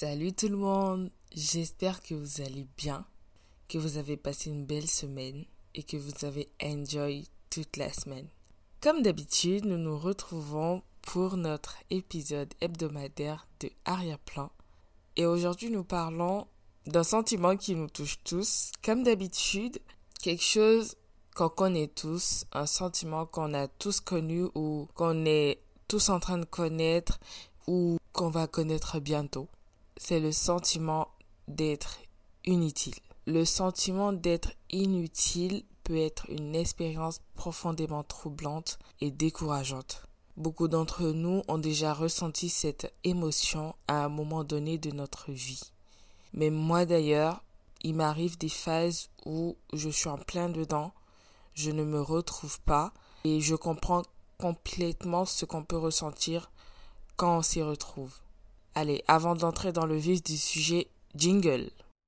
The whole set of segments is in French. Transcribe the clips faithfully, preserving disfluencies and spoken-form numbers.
Salut tout le monde, j'espère que vous allez bien, que vous avez passé une belle semaine et que vous avez enjoy toute la semaine. Comme d'habitude, nous nous retrouvons pour notre épisode hebdomadaire de Arrière-plan. Et aujourd'hui, nous parlons d'un sentiment qui nous touche tous. Comme d'habitude, quelque chose qu'on connaît tous, un sentiment qu'on a tous connu ou qu'on est tous en train de connaître ou qu'on va connaître bientôt. C'est le sentiment d'être inutile. Le sentiment d'être inutile peut être une expérience profondément troublante et décourageante. Beaucoup d'entre nous ont déjà ressenti cette émotion à un moment donné de notre vie. Mais moi d'ailleurs, il m'arrive des phases où je suis en plein dedans, je ne me retrouve pas et je comprends complètement ce qu'on peut ressentir quand on s'y retrouve. Allez, avant d'entrer dans le vif du sujet, jingle.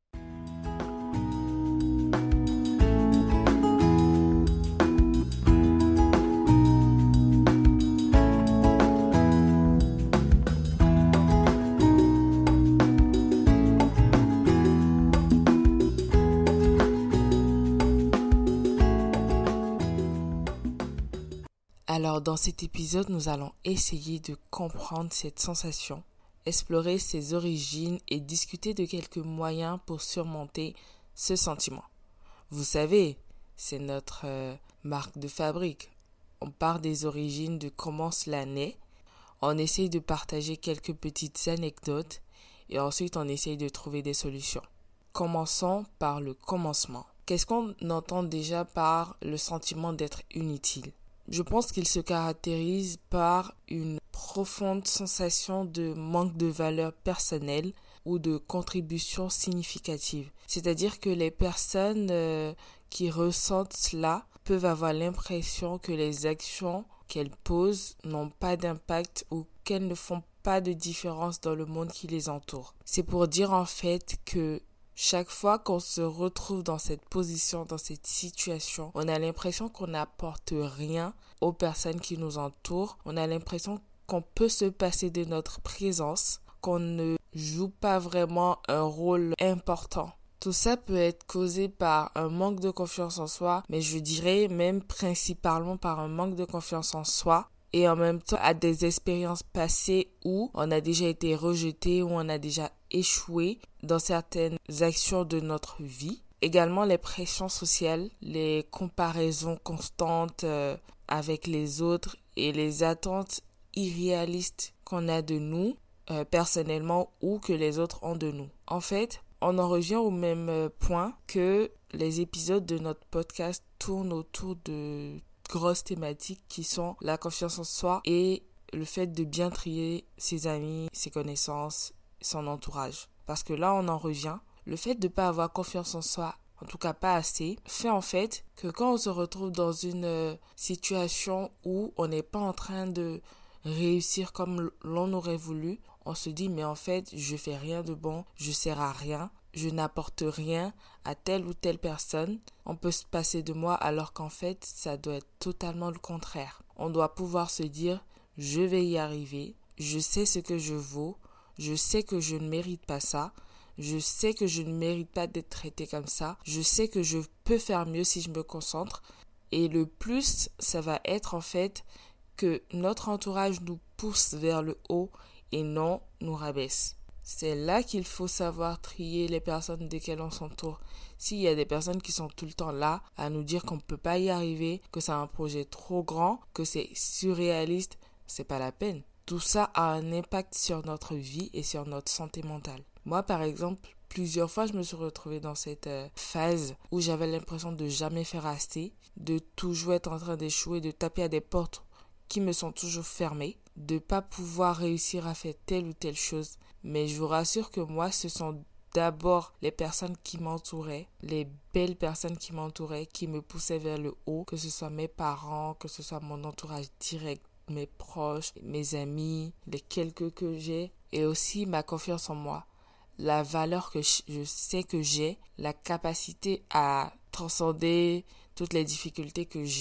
Alors, dans cet épisode, nous allons essayer de comprendre cette sensation, explorer ses origines et discuter de quelques moyens pour surmonter ce sentiment. Vous savez, c'est notre euh, marque de fabrique. On part des origines de comment cela naît, on essaye de partager quelques petites anecdotes et ensuite on essaye de trouver des solutions. Commençons par le commencement. Qu'est-ce qu'on entend déjà par le sentiment d'être inutile ? Je pense qu'il se caractérise par une profonde sensation de manque de valeur personnelle ou de contribution significative. C'est-à-dire que les personnes euh, qui ressentent cela peuvent avoir l'impression que les actions qu'elles posent n'ont pas d'impact ou qu'elles ne font pas de différence dans le monde qui les entoure. C'est pour dire en fait que chaque fois qu'on se retrouve dans cette position, dans cette situation, on a l'impression qu'on n'apporte rien aux personnes qui nous entourent. On a l'impression qu'on peut se passer de notre présence, qu'on ne joue pas vraiment un rôle important. Tout ça peut être causé par un manque de confiance en soi, mais je dirais même principalement par un manque de confiance en soi. Et en même temps, à des expériences passées où on a déjà été rejeté, où on a déjà échoué dans certaines actions de notre vie. Également, les pressions sociales, les comparaisons constantes euh, avec les autres et les attentes irréalistes qu'on a de nous, euh, personnellement, ou que les autres ont de nous. En fait, on en revient au même point que les épisodes de notre podcast tournent autour de grosses thématiques qui sont la confiance en soi et le fait de bien trier ses amis, ses connaissances, son entourage. Parce que là, on en revient. Le fait de ne pas avoir confiance en soi, en tout cas pas assez, fait en fait que quand on se retrouve dans une euh, situation où on n'est pas en train de réussir comme l'on aurait voulu, on se dit mais en fait, je fais rien de bon, je sers à rien. Je n'apporte rien à telle ou telle personne, on peut se passer de moi alors qu'en fait, ça doit être totalement le contraire. On doit pouvoir se dire, je vais y arriver, je sais ce que je vaux, je sais que je ne mérite pas ça, je sais que je ne mérite pas d'être traité comme ça, je sais que je peux faire mieux si je me concentre. Et le plus, ça va être en fait que notre entourage nous pousse vers le haut et non nous rabaisse. C'est là qu'il faut savoir trier les personnes desquelles on s'entoure. S'il y a des personnes qui sont tout le temps là à nous dire qu'on ne peut pas y arriver, que c'est un projet trop grand, que c'est surréaliste, c'est pas la peine. Tout ça a un impact sur notre vie et sur notre santé mentale. Moi, par exemple, plusieurs fois, je me suis retrouvée dans cette euh, phase où j'avais l'impression de jamais faire assez, de toujours être en train d'échouer, de taper à des portes qui me sont toujours fermées, de pas pouvoir réussir à faire telle ou telle chose. Mais je vous rassure que moi, ce sont d'abord les personnes qui m'entouraient, les belles personnes qui m'entouraient, qui me poussaient vers le haut, que ce soit mes parents, que ce soit mon entourage direct, mes proches, mes amis, les quelques que j'ai, et aussi ma confiance en moi. La valeur que je sais que j'ai, la capacité à transcender toutes les difficultés que j'ai,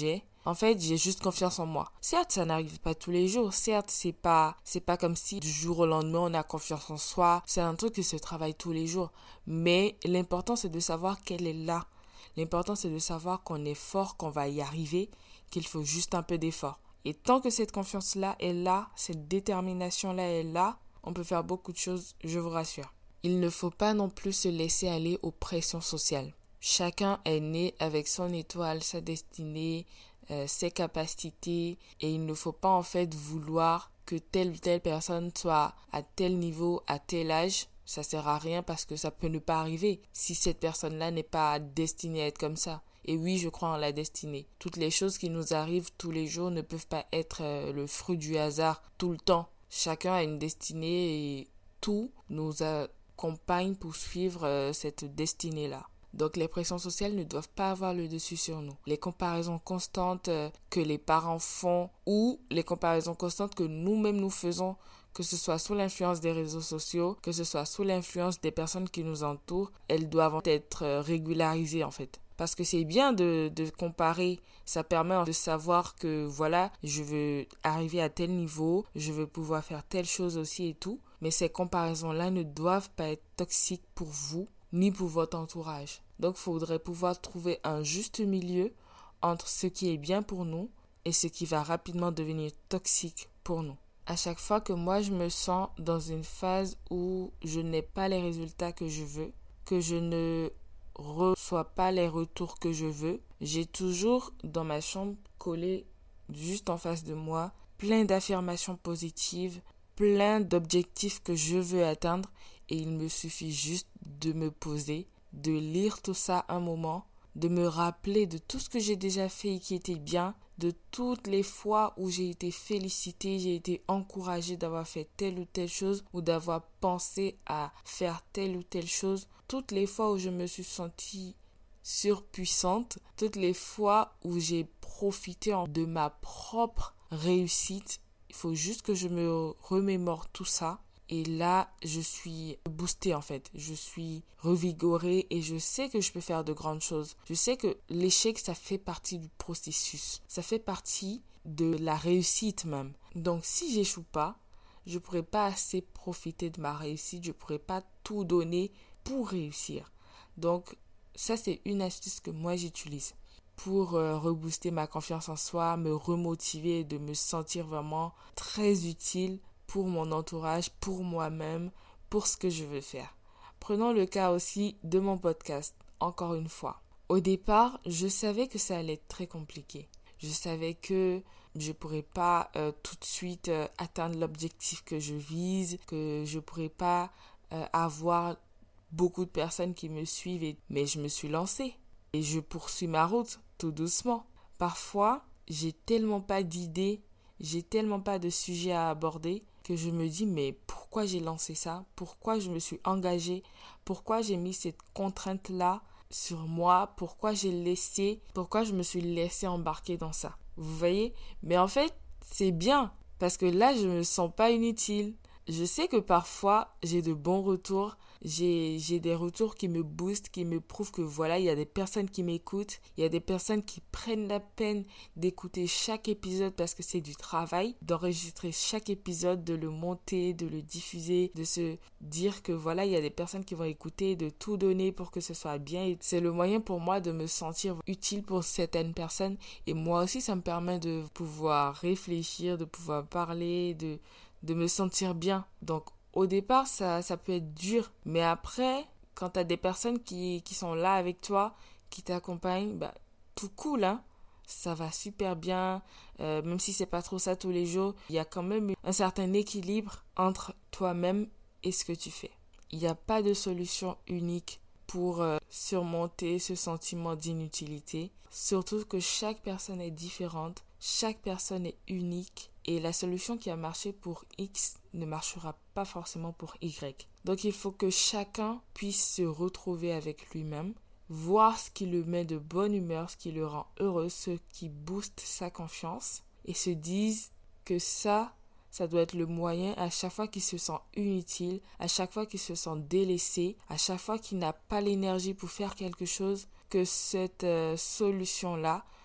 En fait, j'ai juste confiance en moi. Certes, ça n'arrive pas tous les jours. Certes, c'est pas, c'est pas comme si du jour au lendemain, on a confiance en soi. C'est un truc qui se travaille tous les jours. Mais l'important, c'est de savoir qu'elle est là. L'important, c'est de savoir qu'on est fort, qu'on va y arriver, qu'il faut juste un peu d'effort. Et tant que cette confiance-là est là, cette détermination-là est là, on peut faire beaucoup de choses, je vous rassure. Il ne faut pas non plus se laisser aller aux pressions sociales. Chacun est né avec son étoile, sa destinée, euh, ses capacités, et il ne faut pas en fait vouloir que telle ou telle personne soit à tel niveau, à tel âge. Ça sert à rien parce que ça peut ne pas arriver si cette personne-là n'est pas destinée à être comme ça. Et oui, je crois en la destinée. Toutes les choses qui nous arrivent tous les jours ne peuvent pas être euh, le fruit du hasard tout le temps. Chacun a une destinée et tout nous accompagne pour suivre euh, cette destinée-là. Donc les pressions sociales ne doivent pas avoir le dessus sur nous. Les comparaisons constantes euh, que les parents font ou les comparaisons constantes que nous-mêmes nous faisons, que ce soit sous l'influence des réseaux sociaux, que ce soit sous l'influence des personnes qui nous entourent, elles doivent être euh, régularisées en fait. Parce que c'est bien de, de comparer, ça permet de savoir que voilà, je veux arriver à tel niveau, je veux pouvoir faire telle chose aussi et tout. Mais ces comparaisons-là ne doivent pas être toxiques pour vous, ni pour votre entourage. Donc, il faudrait pouvoir trouver un juste milieu entre ce qui est bien pour nous et ce qui va rapidement devenir toxique pour nous. À chaque fois que moi, je me sens dans une phase où je n'ai pas les résultats que je veux, que je ne reçois pas les retours que je veux, j'ai toujours dans ma chambre collé juste en face de moi plein d'affirmations positives, plein d'objectifs que je veux atteindre et il me suffit juste de me poser, de lire tout ça un moment, de me rappeler de tout ce que j'ai déjà fait et qui était bien, de toutes les fois où j'ai été félicitée, j'ai été encouragée d'avoir fait telle ou telle chose ou d'avoir pensé à faire telle ou telle chose, toutes les fois où je me suis sentie surpuissante, toutes les fois où j'ai profité de ma propre réussite. Il faut juste que je me remémore tout ça. Et là, je suis boostée en fait. Je suis revigorée et je sais que je peux faire de grandes choses. Je sais que l'échec, ça fait partie du processus. Ça fait partie de la réussite même. Donc, si j'échoue pas, je pourrais pas assez profiter de ma réussite. Je pourrais pas tout donner pour réussir. Donc, ça, c'est une astuce que moi, j'utilise pour euh, rebooster ma confiance en soi, me remotiver et de me sentir vraiment très utile pour mon entourage, pour moi-même, pour ce que je veux faire. Prenons le cas aussi de mon podcast, encore une fois. Au départ, je savais que ça allait être très compliqué. Je savais que je ne pourrais pas euh, tout de suite euh, atteindre l'objectif que je vise, que je ne pourrais pas euh, avoir beaucoup de personnes qui me suivent. Et... Mais je me suis lancée et je poursuis ma route tout doucement. Parfois, j'ai tellement pas d'idées, j'ai tellement pas de sujets à aborder que je me dis mais pourquoi j'ai lancé ça? Pourquoi je me suis engagée? Pourquoi j'ai mis cette contrainte-là sur moi? Pourquoi j'ai laissé? Pourquoi je me suis laissée embarquer dans ça? Vous voyez? Mais en fait, c'est bien parce que là, je me sens pas inutile. Je sais que parfois, j'ai de bons retours. J'ai, j'ai des retours qui me boostent, qui me prouvent que voilà, il y a des personnes qui m'écoutent. Il y a des personnes qui prennent la peine d'écouter chaque épisode parce que c'est du travail, d'enregistrer chaque épisode, de le monter, de le diffuser, de se dire que voilà, il y a des personnes qui vont écouter, de tout donner pour que ce soit bien. Et c'est le moyen pour moi de me sentir utile pour certaines personnes. Et moi aussi, ça me permet de pouvoir réfléchir, de pouvoir parler, de, de me sentir bien. Donc, au départ, ça, ça peut être dur. Mais après, quand tu as des personnes qui, qui sont là avec toi, qui t'accompagnent, bah, tout cool, hein. Ça va super bien. Euh, même si c'est pas trop ça tous les jours, il y a quand même un certain équilibre entre toi-même et ce que tu fais. Il n'y a pas de solution unique pour euh, surmonter ce sentiment d'inutilité. Surtout que chaque personne est différente. Chaque personne est unique. Et la solution qui a marché pour X ne marchera pas forcément pour Y. Donc il faut que chacun puisse se retrouver avec lui-même, voir ce qui le met de bonne humeur, ce qui le rend heureux, ce qui booste sa confiance et se dise que ça, ça doit être le moyen à chaque fois qu'il se sent inutile, à chaque fois qu'il se sent délaissé, à chaque fois qu'il n'a pas l'énergie pour faire quelque chose, que cette euh, solution-là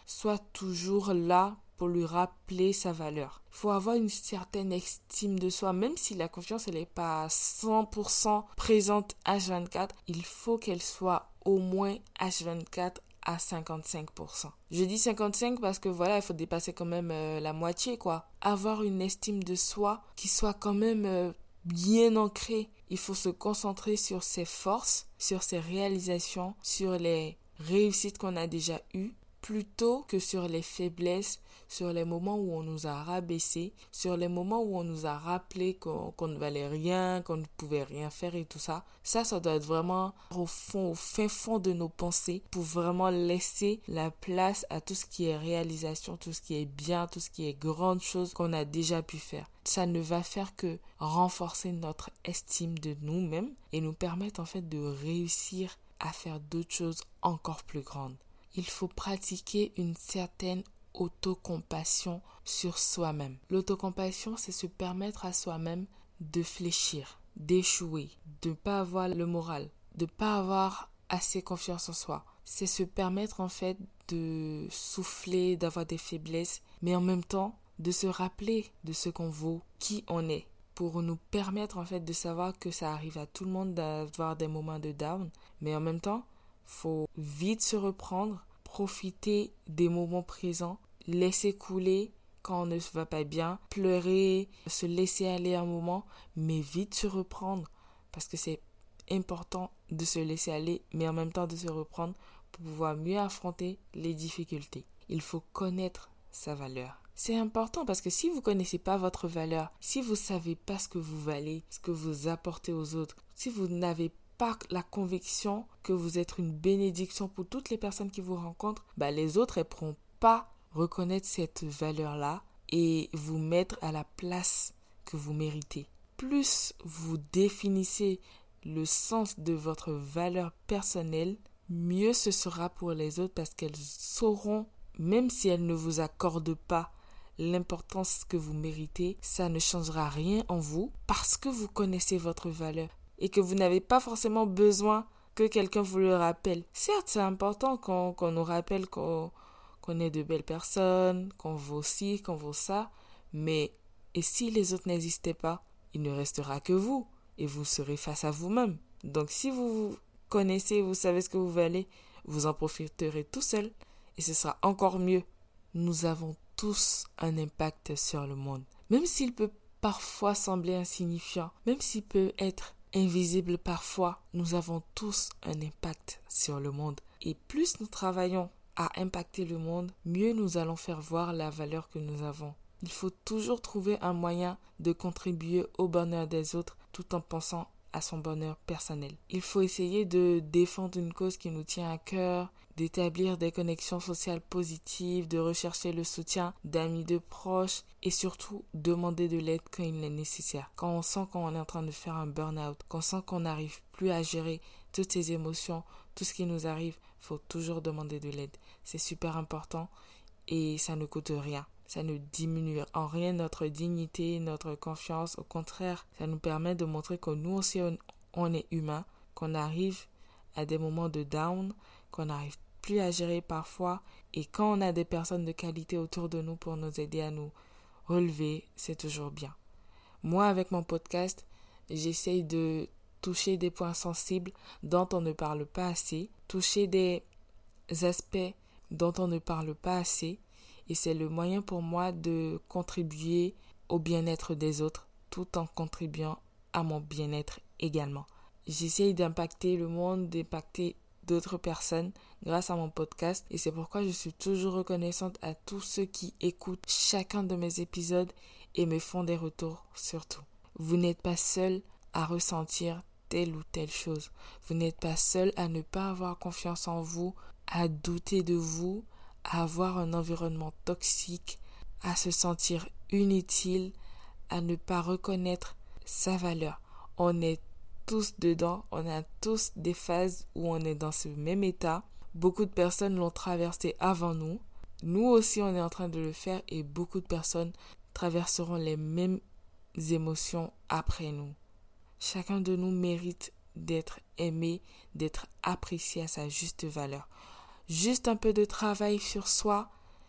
soit toujours là pour lui rappeler sa valeur. Il faut avoir une certaine estime de soi, même si la confiance elle n'est pas à cent pour cent présente H vingt-quatre, il faut qu'elle soit au moins H vingt-quatre à cinquante-cinq pour cent. Je dis cinquante-cinq parce que voilà, il faut dépasser quand même euh, la moitié quoi. Avoir une estime de soi qui soit quand même euh, bien ancrée. Il faut se concentrer sur ses forces, sur ses réalisations, sur les réussites qu'on a déjà eues, plutôt que sur les faiblesses, sur les moments où on nous a rabaissés, sur les moments où on nous a rappelé qu'on, qu'on ne valait rien, qu'on ne pouvait rien faire et tout ça. Ça, ça doit être vraiment au fond, au fin fond de nos pensées pour vraiment laisser la place à tout ce qui est réalisation, tout ce qui est bien, tout ce qui est grande chose qu'on a déjà pu faire. Ça ne va faire que renforcer notre estime de nous-mêmes et nous permettre en fait de réussir à faire d'autres choses encore plus grandes. Il faut pratiquer une certaine autocompassion sur soi-même. L'autocompassion, c'est se permettre à soi-même de fléchir, d'échouer, de ne pas avoir le moral, de ne pas avoir assez confiance en soi. C'est se permettre en fait de souffler, d'avoir des faiblesses, mais en même temps de se rappeler de ce qu'on vaut, qui on est, pour nous permettre en fait de savoir que ça arrive à tout le monde d'avoir des moments de down, mais en même temps, faut vite se reprendre, profiter des moments présents, laisser couler quand on ne va pas bien, pleurer, se laisser aller un moment, mais vite se reprendre parce que c'est important de se laisser aller, mais en même temps de se reprendre pour pouvoir mieux affronter les difficultés. Il faut connaître sa valeur. C'est important parce que si vous ne connaissez pas votre valeur, si vous ne savez pas ce que vous valez, ce que vous apportez aux autres, si vous n'avez pas la conviction que vous êtes une bénédiction pour toutes les personnes qui vous rencontrent, bah les autres ne pourront pas reconnaître cette valeur-là et vous mettre à la place que vous méritez. Plus vous définissez le sens de votre valeur personnelle, mieux ce sera pour les autres parce qu'elles sauront, même si elles ne vous accordent pas l'importance que vous méritez, ça ne changera rien en vous parce que vous connaissez votre valeur et que vous n'avez pas forcément besoin que quelqu'un vous le rappelle. Certes, c'est important qu'on, qu'on nous rappelle qu'on, qu'on est de belles personnes, qu'on vaut ci, qu'on vaut ça, mais et si les autres n'existaient pas, il ne restera que vous et vous serez face à vous-même. Donc si vous vous connaissez, vous savez ce que vous valez, vous en profiterez tout seul et ce sera encore mieux. Nous avons tous un impact sur le monde. Même s'il peut parfois sembler insignifiant, même s'il peut être invisible parfois, nous avons tous un impact sur le monde. Et plus nous travaillons à impacter le monde, mieux nous allons faire voir la valeur que nous avons. Il faut toujours trouver un moyen de contribuer au bonheur des autres tout en pensant à son bonheur personnel. Il faut essayer de défendre une cause qui nous tient à cœur, d'établir des connexions sociales positives, de rechercher le soutien d'amis, de proches et surtout demander de l'aide quand il est nécessaire. Quand on sent qu'on est en train de faire un burn-out, qu'on sent qu'on n'arrive plus à gérer toutes ces émotions, tout ce qui nous arrive, il faut toujours demander de l'aide. C'est super important et ça ne coûte rien. Ça ne diminue en rien notre dignité, notre confiance. Au contraire, ça nous permet de montrer que nous aussi, on, on est humain, qu'on arrive à des moments de down, qu'on n'arrive plus à gérer parfois. Et quand on a des personnes de qualité autour de nous pour nous aider à nous relever, c'est toujours bien. Moi, avec mon podcast, j'essaye de toucher des points sensibles dont on ne parle pas assez, toucher des aspects dont on ne parle pas assez. Et c'est le moyen pour moi de contribuer au bien-être des autres tout en contribuant à mon bien-être également. J'essaye d'impacter le monde, d'impacter d'autres personnes grâce à mon podcast et c'est pourquoi je suis toujours reconnaissante à tous ceux qui écoutent chacun de mes épisodes et me font des retours surtout. Vous n'êtes pas seul à ressentir telle ou telle chose. Vous n'êtes pas seul à ne pas avoir confiance en vous, à douter de vous, à avoir un environnement toxique, à se sentir inutile, à ne pas reconnaître sa valeur. On est tous dedans, on a tous des phases où on est dans ce même état. Beaucoup de personnes l'ont traversé avant nous. Nous aussi, on est en train de le faire et beaucoup de personnes traverseront les mêmes émotions après nous. Chacun de nous mérite d'être aimé, d'être apprécié à sa juste valeur. Juste un peu de travail sur soi,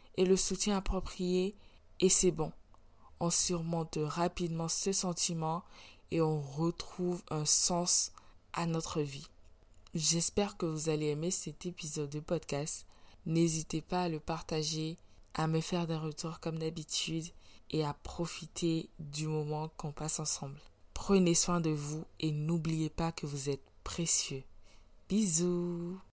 et le soutien approprié et c'est bon. On surmonte rapidement ce sentiment et on retrouve un sens à notre vie. J'espère que vous allez aimer cet épisode de podcast. N'hésitez pas à le partager, à me faire des retours comme d'habitude et à profiter du moment qu'on passe ensemble. Prenez soin de vous et n'oubliez pas que vous êtes précieux. Bisous!